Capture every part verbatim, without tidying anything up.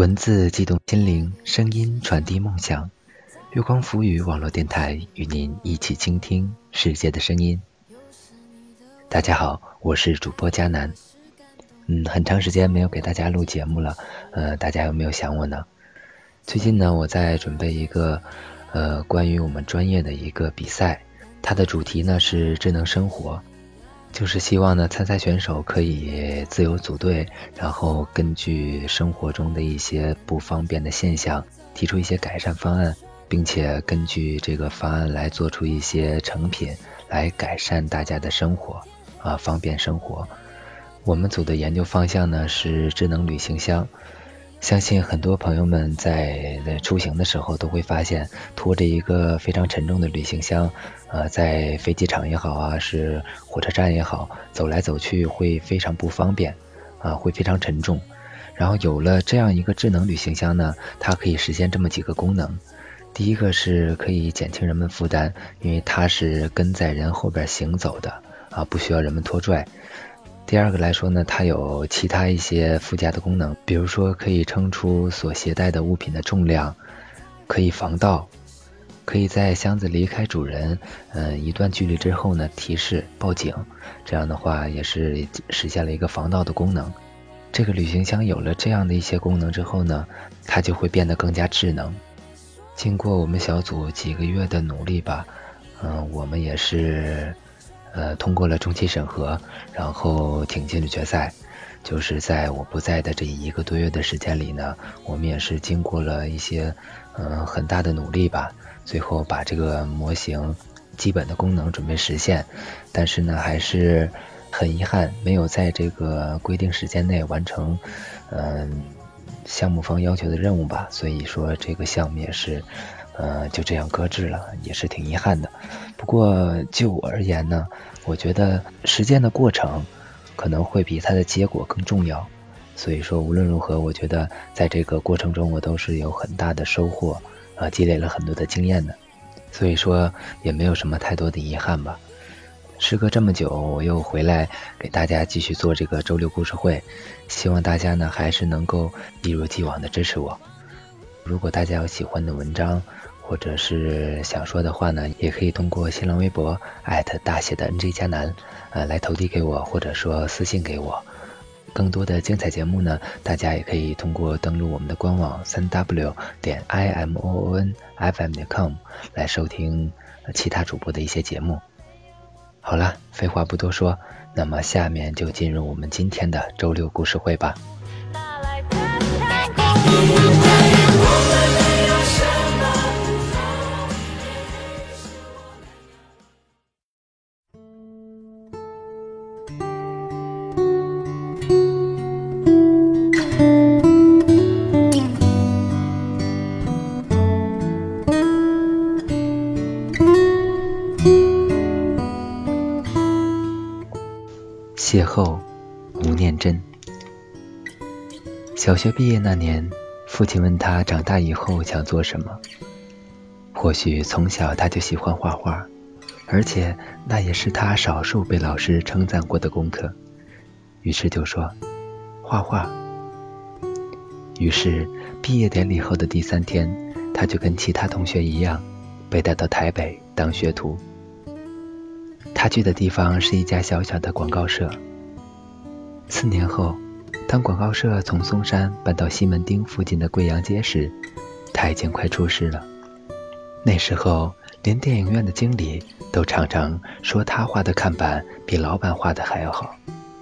文字激动心灵，声音传递梦想。月光浮语网络电台与您一起倾听世界的声音。大家好，我是主播佳南。嗯，很长时间没有给大家录节目了，呃，大家有没有想我呢？最近呢，我在准备一个呃关于我们专业的一个比赛，它的主题呢是智能生活。就是希望呢，参赛选手可以自由组队，然后根据生活中的一些不方便的现象，提出一些改善方案，并且根据这个方案来做出一些成品，来改善大家的生活，啊，方便生活。我们组的研究方向呢是智能旅行箱。相信很多朋友们在出行的时候都会发现，拖着一个非常沉重的旅行箱，呃，在飞机场也好啊，是火车站也好，走来走去会非常不方便，啊，会非常沉重。然后有了这样一个智能旅行箱呢，它可以实现这么几个功能。第一个是可以减轻人们负担，因为它是跟在人后边行走的，啊，不需要人们拖拽。第二个来说呢，它有其他一些附加的功能，比如说可以称出所携带的物品的重量，可以防盗，可以在箱子离开主人嗯一段距离之后呢提示报警，这样的话也是实现了一个防盗的功能。这个旅行箱有了这样的一些功能之后呢，它就会变得更加智能。经过我们小组几个月的努力吧，嗯，我们也是呃，通过了中期审核，然后挺进了决赛。就是在我不在的这一个多月的时间里呢，我们也是经过了一些呃很大的努力吧，最后把这个模型基本的功能准备实现，但是呢还是很遗憾没有在这个规定时间内完成嗯、呃、项目方要求的任务吧，所以说这个项目也是呃，就这样搁置了，也是挺遗憾的。不过就我而言呢，我觉得实践的过程可能会比它的结果更重要。所以说无论如何，我觉得在这个过程中我都是有很大的收获，呃，积累了很多的经验的。所以说也没有什么太多的遗憾吧。时隔这么久，我又回来给大家继续做这个周六故事会，希望大家呢还是能够一如既往的支持我。如果大家有喜欢的文章或者是想说的话呢，也可以通过新浪微博艾特大写的 N J 加南呃来投递给我，或者说私信给我。更多的精彩节目呢，大家也可以通过登录我们的官网 三 w 点 i m o o n f m 点 com 来收听其他主播的一些节目。好了，废话不多说，那么下面就进入我们今天的周六故事会吧。邂逅吴念真。小学毕业那年，父亲问他长大以后想做什么。或许从小他就喜欢画画，而且那也是他少数被老师称赞过的功课，于是就说画画。于是毕业典礼后的第三天，他就跟其他同学一样被带到台北当学徒。他去的地方是一家小小的广告社。四年后，当广告社从松山搬到西门町附近的贵阳街时，他已经快出师了。那时候连电影院的经理都常常说他画的看板比老板画的还要好。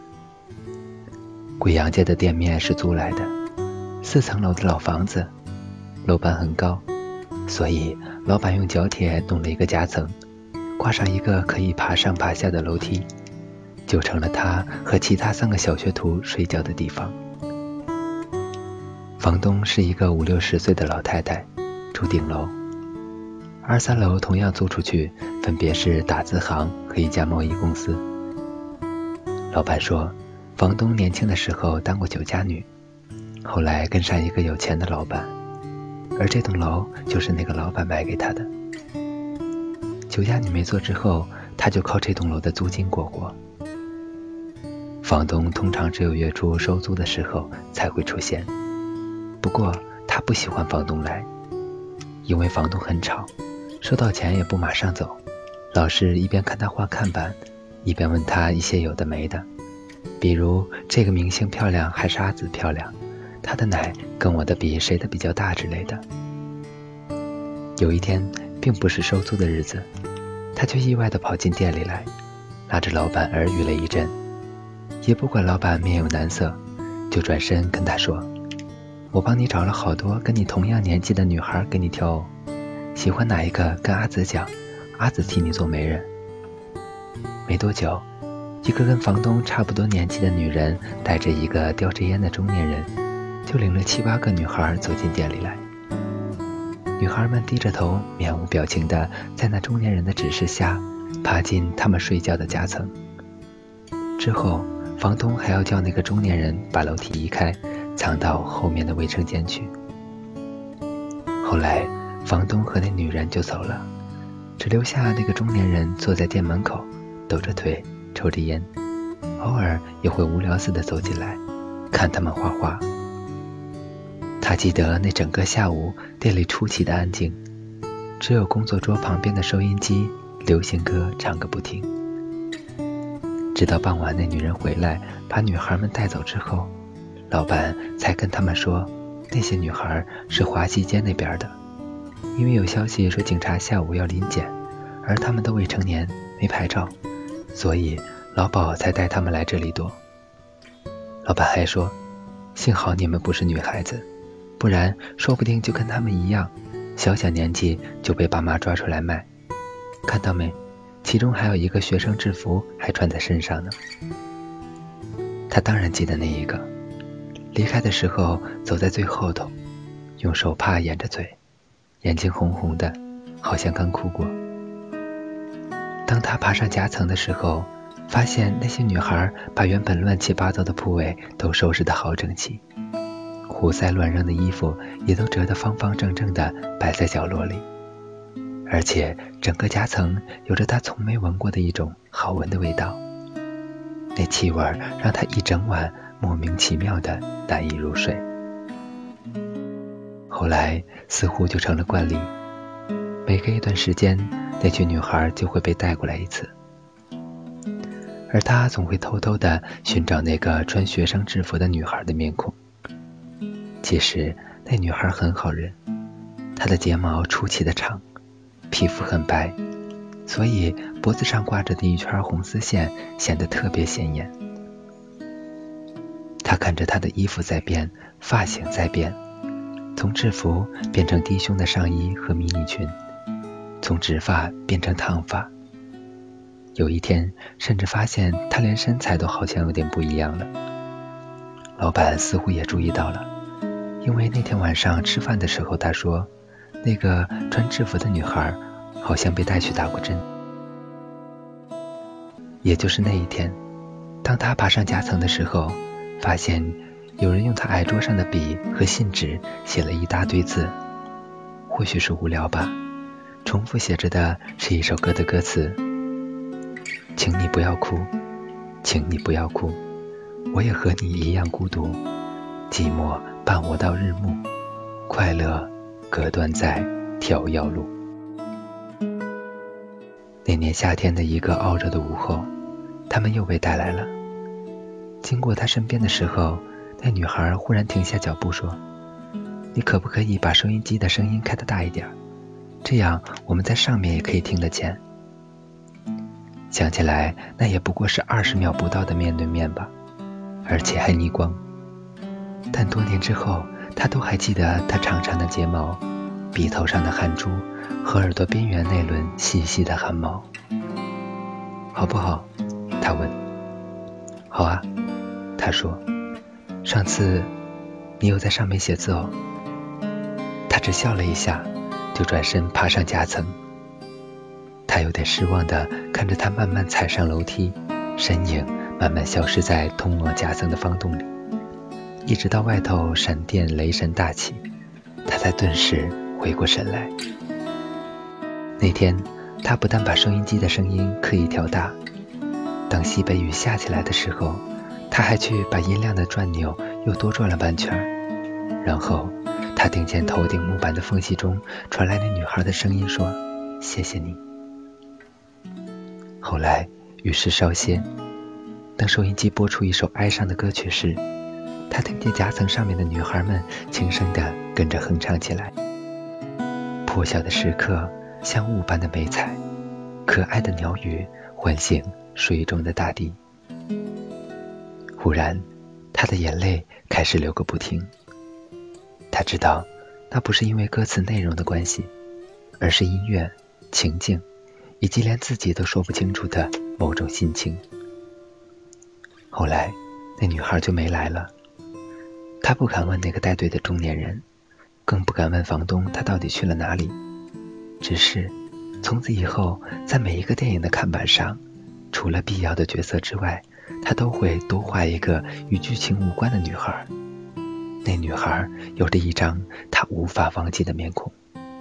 贵阳街的店面是租来的，四层楼的老房子，楼板很高，所以老板用角铁弄了一个夹层，挂上一个可以爬上爬下的楼梯，就成了他和其他三个小学徒睡觉的地方。房东是一个五六十岁的老太太，住顶楼。二三楼同样租出去，分别是打字行和一家贸易公司。老板说，房东年轻的时候当过酒家女，后来跟上一个有钱的老板，而这栋楼就是那个老板买给他的。酒家女没做之后，他就靠这栋楼的租金过活。房东通常只有月初收租的时候才会出现。 不过他不喜欢房东来，因为房东很吵，收到钱也不马上走，老是一边看他画看板，一边问他一些有的没的，比如这个明星漂亮还是阿紫漂亮，她的奶跟我的比谁的比较大之类的。有一天并不是收租的日子，他却意外地跑进店里来，拉着老板耳语了一阵，也不管老板面有难色，就转身跟他说，我帮你找了好多跟你同样年纪的女孩给你挑哦，喜欢哪一个跟阿紫讲，阿紫替你做媒人。没多久，一个跟房东差不多年纪的女人带着一个叼着烟的中年人，就领了七八个女孩走进店里来。女孩们低着头，面无表情地在那中年人的指示下爬进他们睡觉的夹层。之后房东还要叫那个中年人把楼梯移开，藏到后面的卫生间去。后来房东和那女人就走了，只留下那个中年人坐在店门口，抖着腿抽着烟，偶尔也会无聊似的走进来看他们画画。他记得那整个下午店里出奇的安静，只有工作桌旁边的收音机流行歌唱个不停。直到傍晚那女人回来把女孩们带走之后，老板才跟他们说，那些女孩是华西街那边的，因为有消息说警察下午要临检，而他们都未成年没牌照，所以老鸨才带他们来这里躲。老板还说，幸好你们不是女孩子，不然说不定就跟他们一样，小小年纪就被爸妈抓出来卖，看到没，其中还有一个学生制服还穿在身上呢。他当然记得那一个，离开的时候走在最后头，用手帕掩着嘴，眼睛红红的，好像刚哭过。当他爬上夹层的时候，发现那些女孩把原本乱七八糟的铺位都收拾得好整齐，胡塞乱扔的衣服也都折得方方正正的摆在角落里，而且整个夹层有着他从没闻过的一种好闻的味道，那气味让他一整晚莫名其妙的难以入睡。后来似乎就成了惯例，每隔一段时间那群女孩就会被带过来一次，而他总会偷偷地寻找那个穿学生制服的女孩的面孔。其实那女孩很好认，她的睫毛出奇的长，皮肤很白，所以脖子上挂着的一圈红丝线显得特别显眼。他看着她的衣服在变，发型在变，从制服变成低胸的上衣和迷你裙，从直发变成烫发。有一天甚至发现她连身材都好像有点不一样了。老板似乎也注意到了，因为那天晚上吃饭的时候他说，那个穿制服的女孩好像被带去打过针。也就是那一天，当他爬上夹层的时候，发现有人用他矮桌上的笔和信纸写了一大堆字，或许是无聊吧，重复写着的是一首歌的歌词，请你不要哭，请你不要哭，我也和你一样孤独，寂寞伴我到日暮，快乐隔断在条腰路。那年夏天的一个傲热的午后，他们又被带来了。经过他身边的时候，那女孩忽然停下脚步说，你可不可以把收音机的声音开得大一点，这样我们在上面也可以听得见。想起来那也不过是二十秒不到的面对面吧，而且还逆光。但多年之后，他都还记得他长长的睫毛，鼻头上的汗珠和耳朵边缘那轮细细的汗毛。好不好？他问。好啊，他说，上次你有在上面写字哦。他只笑了一下，就转身爬上夹层。他有点失望地看着他慢慢踩上楼梯，身影慢慢消失在通往夹层的方洞里，一直到外头闪电雷声大起，他才顿时回过神来。那天他不但把收音机的声音刻意调大，当西北雨下起来的时候，他还去把音量的转钮又多转了半圈， 然后他听见头顶木板的缝隙中传来那女孩的声音说：谢谢你。后来雨势稍歇，当收音机播出一首哀伤的歌曲时，他听见夹层上面的女孩们轻声地跟着哼唱起来。破晓的时刻像雾般的美彩，可爱的鸟语唤醒水中的大地。忽然他的眼泪开始流个不停，他知道那不是因为歌词内容的关系，而是音乐、情境以及连自己都说不清楚的某种心情。后来那女孩就没来了，他不敢问那个带队的中年人，更不敢问房东他到底去了哪里，只是从此以后在每一个电影的看板上，除了必要的角色之外，他都会多画一个与剧情无关的女孩。那女孩有着一张他无法忘记的面孔。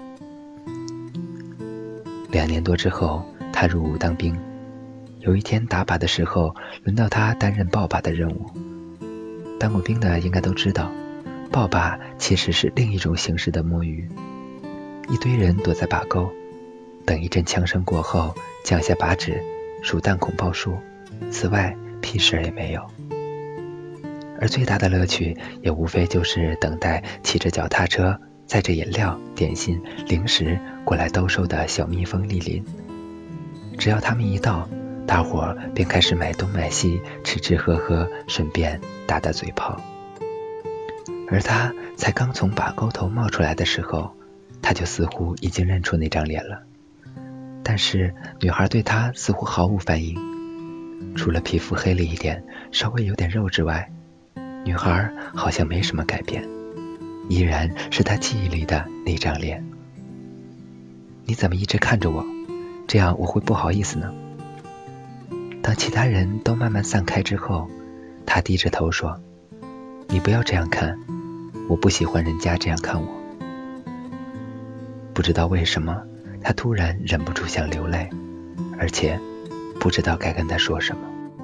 两年多之后，他入伍当兵。有一天打靶的时候，轮到他担任抱靶的任务。当过兵的应该都知道，抱靶其实是另一种形式的摸鱼。一堆人躲在靶沟，等一阵枪声过后，降下靶纸，数弹孔报数，此外屁事也没有。而最大的乐趣也无非就是等待骑着脚踏车载着饮料、点心、零食过来兜售的小蜜蜂莅临。只要他们一到，大伙便开始买东买西，吃吃喝喝，顺便打打嘴炮。而他才刚从靶沟头冒出来的时候，他就似乎已经认出那张脸了。但是女孩对他似乎毫无反应，除了皮肤黑了一点，稍微有点肉之外，女孩好像没什么改变，依然是他记忆里的那张脸。你怎么一直看着我？这样我会不好意思呢。当其他人都慢慢散开之后，他低着头说：你不要这样看，我不喜欢人家这样看我。不知道为什么，他突然忍不住想流泪，而且不知道该跟他说什么。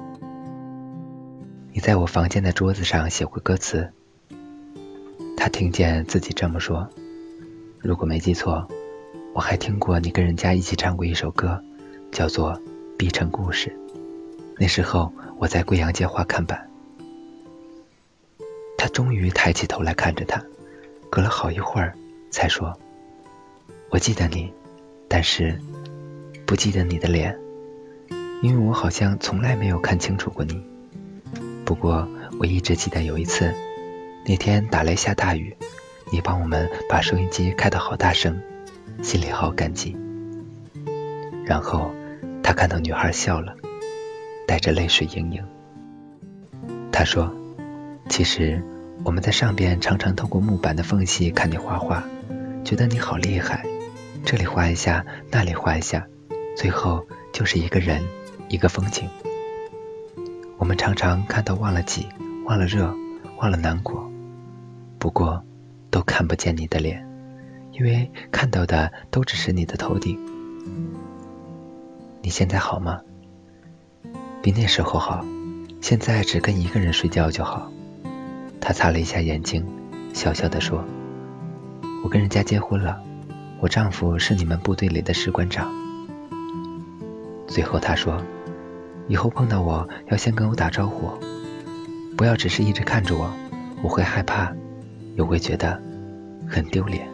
你在我房间的桌子上写过歌词。他听见自己这么说，如果没记错，我还听过你跟人家一起唱过一首歌，叫做《碧城故事》。那时候我在贵阳街画看板。他终于抬起头来看着他，隔了好一会儿才说：我记得你，但是不记得你的脸，因为我好像从来没有看清楚过你。不过我一直记得有一次，那天打雷下大雨，你帮我们把收音机开得好大声，心里好感激。然后他看到女孩笑了，带着泪水盈盈。他说：其实我们在上边常常透过木板的缝隙看你画画，觉得你好厉害，这里画一下，那里画一下，最后就是一个人，一个风景。我们常常看到忘了挤，忘了热，忘了难过，不过都看不见你的脸，因为看到的都只是你的头顶。你现在好吗？比那时候好，现在只跟一个人睡觉就好。他擦了一下眼睛，笑笑地说：我跟人家结婚了，我丈夫是你们部队里的士官长。最后他说：以后碰到我要先跟我打招呼，不要只是一直看着我，我会害怕，又会觉得很丢脸。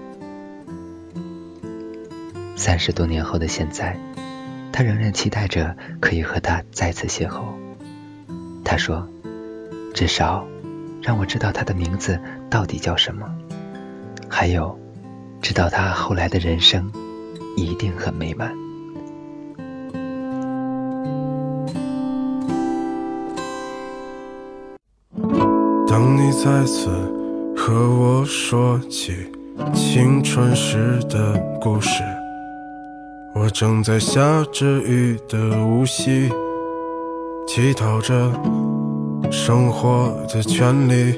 三十多年后的现在，他仍然期待着可以和他再次邂逅。他说：至少让我知道他的名字到底叫什么，还有知道他后来的人生一定很美满。 当你再次和我说起青春时的故事，我正在下着雨的无锡，乞讨着生活的权利。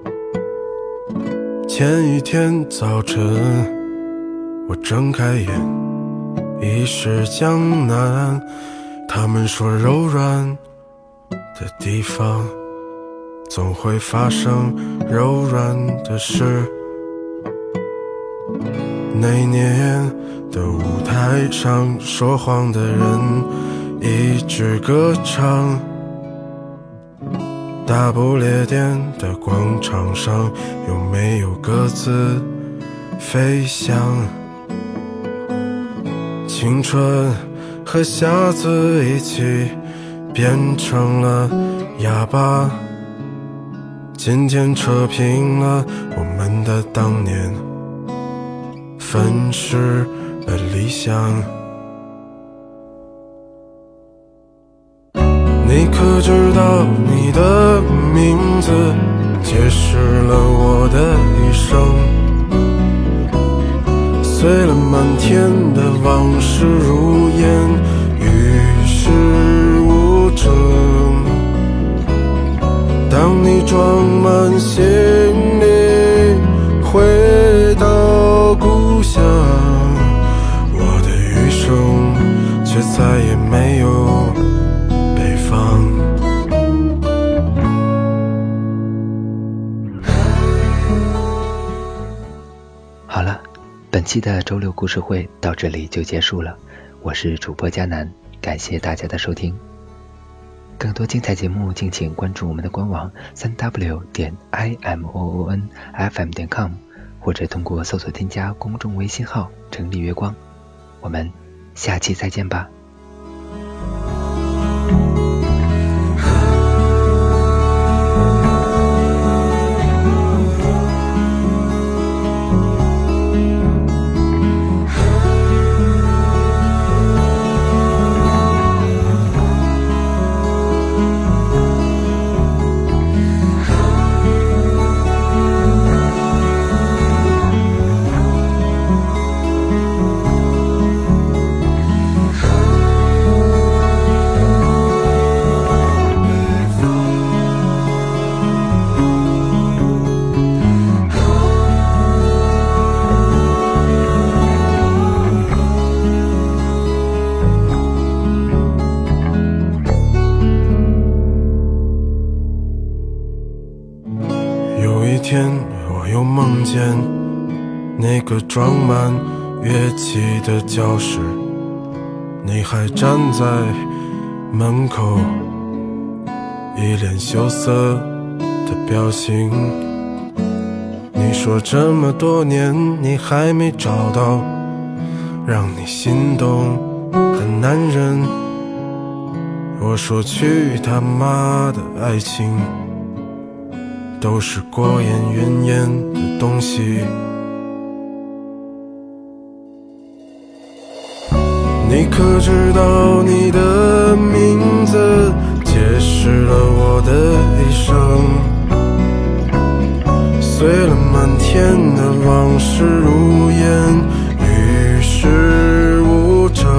前一天早晨，我睁开眼，已是江南。他们说柔软的地方总会发生柔软的事。那年的舞台上，说谎的人一直歌唱，大不列颠的广场上，有没有鸽子飞翔？青春和瞎子一起变成了哑巴，今天扯平了我们的当年，粉饰了理想。你可知道你的名字解释了我的一生，碎了满天的往事如烟，与世无争。当你装满行李回到故乡，我的余生却再也没有北方。 好了，本期的周六故事会到这里就结束了，我是主播佳南，感谢大家的收听。更多精彩节目敬请关注我们的官网 三 w 点 i m o o n f m 点 com， 或者通过搜索添加公众微信号城里月光。我们下期再见吧。 一天我又梦见那个装满乐器的教室，你还站在门口，一脸羞涩的表情。你说这么多年你还没找到让你心动的男人，我说去他妈的爱情都是过眼云烟的东西。你可知道你的名字解释了我的一生，碎了满天的往事如烟，与世无争。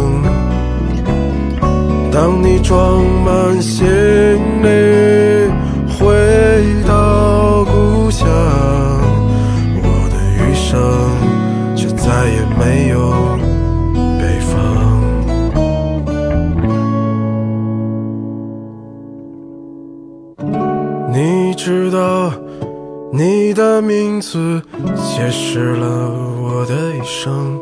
当你装满行李回到故乡，我的余生却再也没有北方。你知道你的名字解释了我的一生，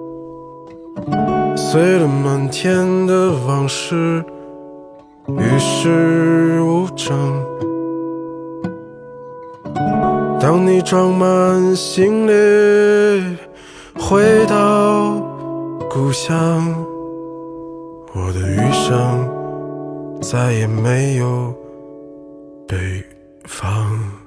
碎了满天的往事，与世无争。当你装满行李回到故乡，我的余生再也没有北方。